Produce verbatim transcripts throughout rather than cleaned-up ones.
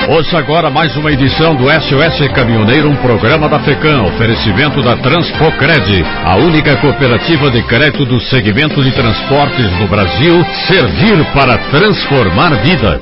Ouça agora mais uma edição do S O S Caminhoneiro, um programa da FECAM, oferecimento da Transpocred, a única cooperativa de crédito do segmento de transportes no Brasil, servir para transformar vidas.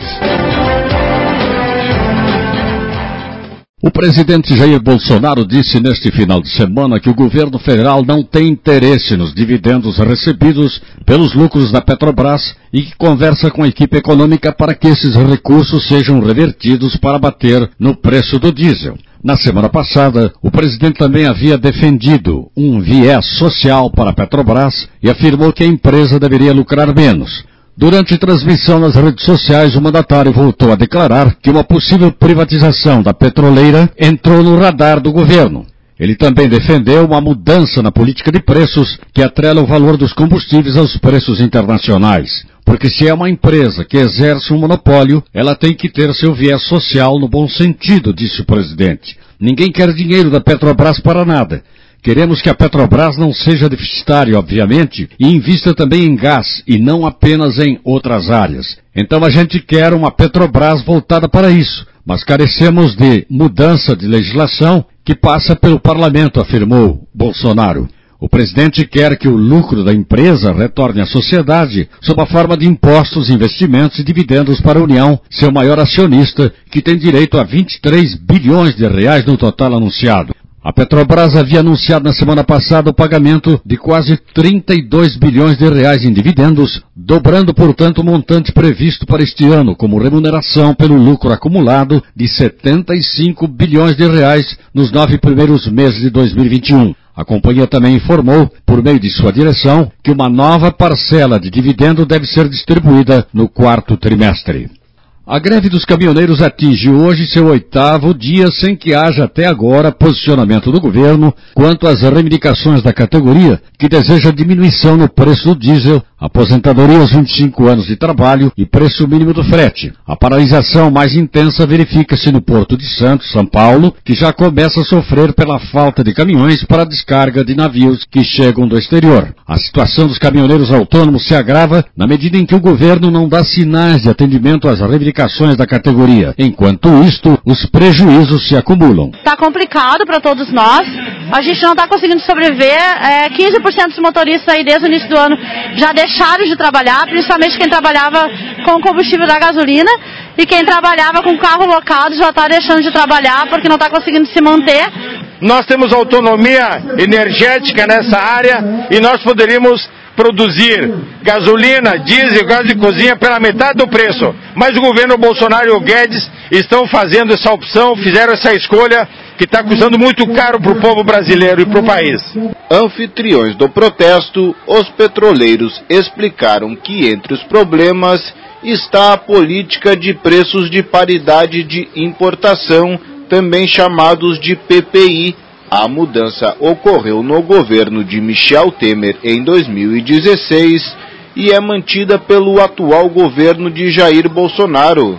O presidente Jair Bolsonaro disse neste final de semana que o governo federal não tem interesse nos dividendos recebidos pelos lucros da Petrobras e que conversa com a equipe econômica para que esses recursos sejam revertidos para bater no preço do diesel. Na semana passada, o presidente também havia defendido um viés social para a Petrobras e afirmou que a empresa deveria lucrar menos. Durante transmissão nas redes sociais, o mandatário voltou a declarar que uma possível privatização da petroleira entrou no radar do governo. Ele também defendeu uma mudança na política de preços que atrela o valor dos combustíveis aos preços internacionais. Porque se é uma empresa que exerce um monopólio, ela tem que ter seu viés social no bom sentido, disse o presidente. Ninguém quer dinheiro da Petrobras para nada. Queremos que a Petrobras não seja deficitária, obviamente, e invista também em gás, e não apenas em outras áreas. Então a gente quer uma Petrobras voltada para isso, mas carecemos de mudança de legislação que passa pelo parlamento, afirmou Bolsonaro. O presidente quer que o lucro da empresa retorne à sociedade sob a forma de impostos, investimentos e dividendos para a União, seu maior acionista, que tem direito a vinte e três bilhões de reais no total anunciado. A Petrobras havia anunciado na semana passada o pagamento de quase trinta e dois bilhões de reais em dividendos, dobrando, portanto, o montante previsto para este ano como remuneração pelo lucro acumulado de setenta e cinco bilhões de reais nos nove primeiros meses de dois mil e vinte e um. A companhia também informou, por meio de sua direção, que uma nova parcela de dividendo deve ser distribuída no quarto trimestre. A greve dos caminhoneiros atinge hoje seu oitavo dia sem que haja até agora posicionamento do governo quanto às reivindicações da categoria, que deseja diminuição no preço do diesel, aposentadoria aos vinte e cinco anos de trabalho e preço mínimo do frete. A paralisação mais intensa verifica-se no Porto de Santos, São Paulo, que já começa a sofrer pela falta de caminhões para a descarga de navios que chegam do exterior. A situação dos caminhoneiros autônomos se agrava na medida em que o governo não dá sinais de atendimento às reivindicações da categoria. Enquanto isto, os prejuízos se acumulam. Está complicado para todos nós. A gente não está conseguindo sobreviver. É, quinze por cento dos motoristas aí desde o início do ano já deixaram de trabalhar, principalmente quem trabalhava com o combustível da gasolina, e quem trabalhava com carro locado já está deixando de trabalhar porque não está conseguindo se manter. Nós temos autonomia energética nessa área e nós poderíamos produzir gasolina, diesel, gás de cozinha pela metade do preço. Mas o governo Bolsonaro e o Guedes estão fazendo essa opção, fizeram essa escolha que está custando muito caro para o povo brasileiro e para o país. Anfitriões do protesto, os petroleiros explicaram que entre os problemas está a política de preços de paridade de importação, também chamados de P P I. A mudança ocorreu no governo de Michel Temer em dois mil e dezesseis e é mantida pelo atual governo de Jair Bolsonaro.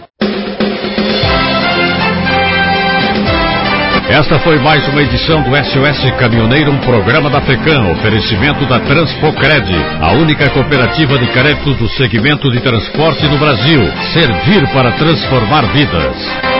Esta foi mais uma edição do S O S Caminhoneiro, um programa da FECAM, oferecimento da Transpocred, a única cooperativa de crédito do segmento de transporte no Brasil, servir para transformar vidas.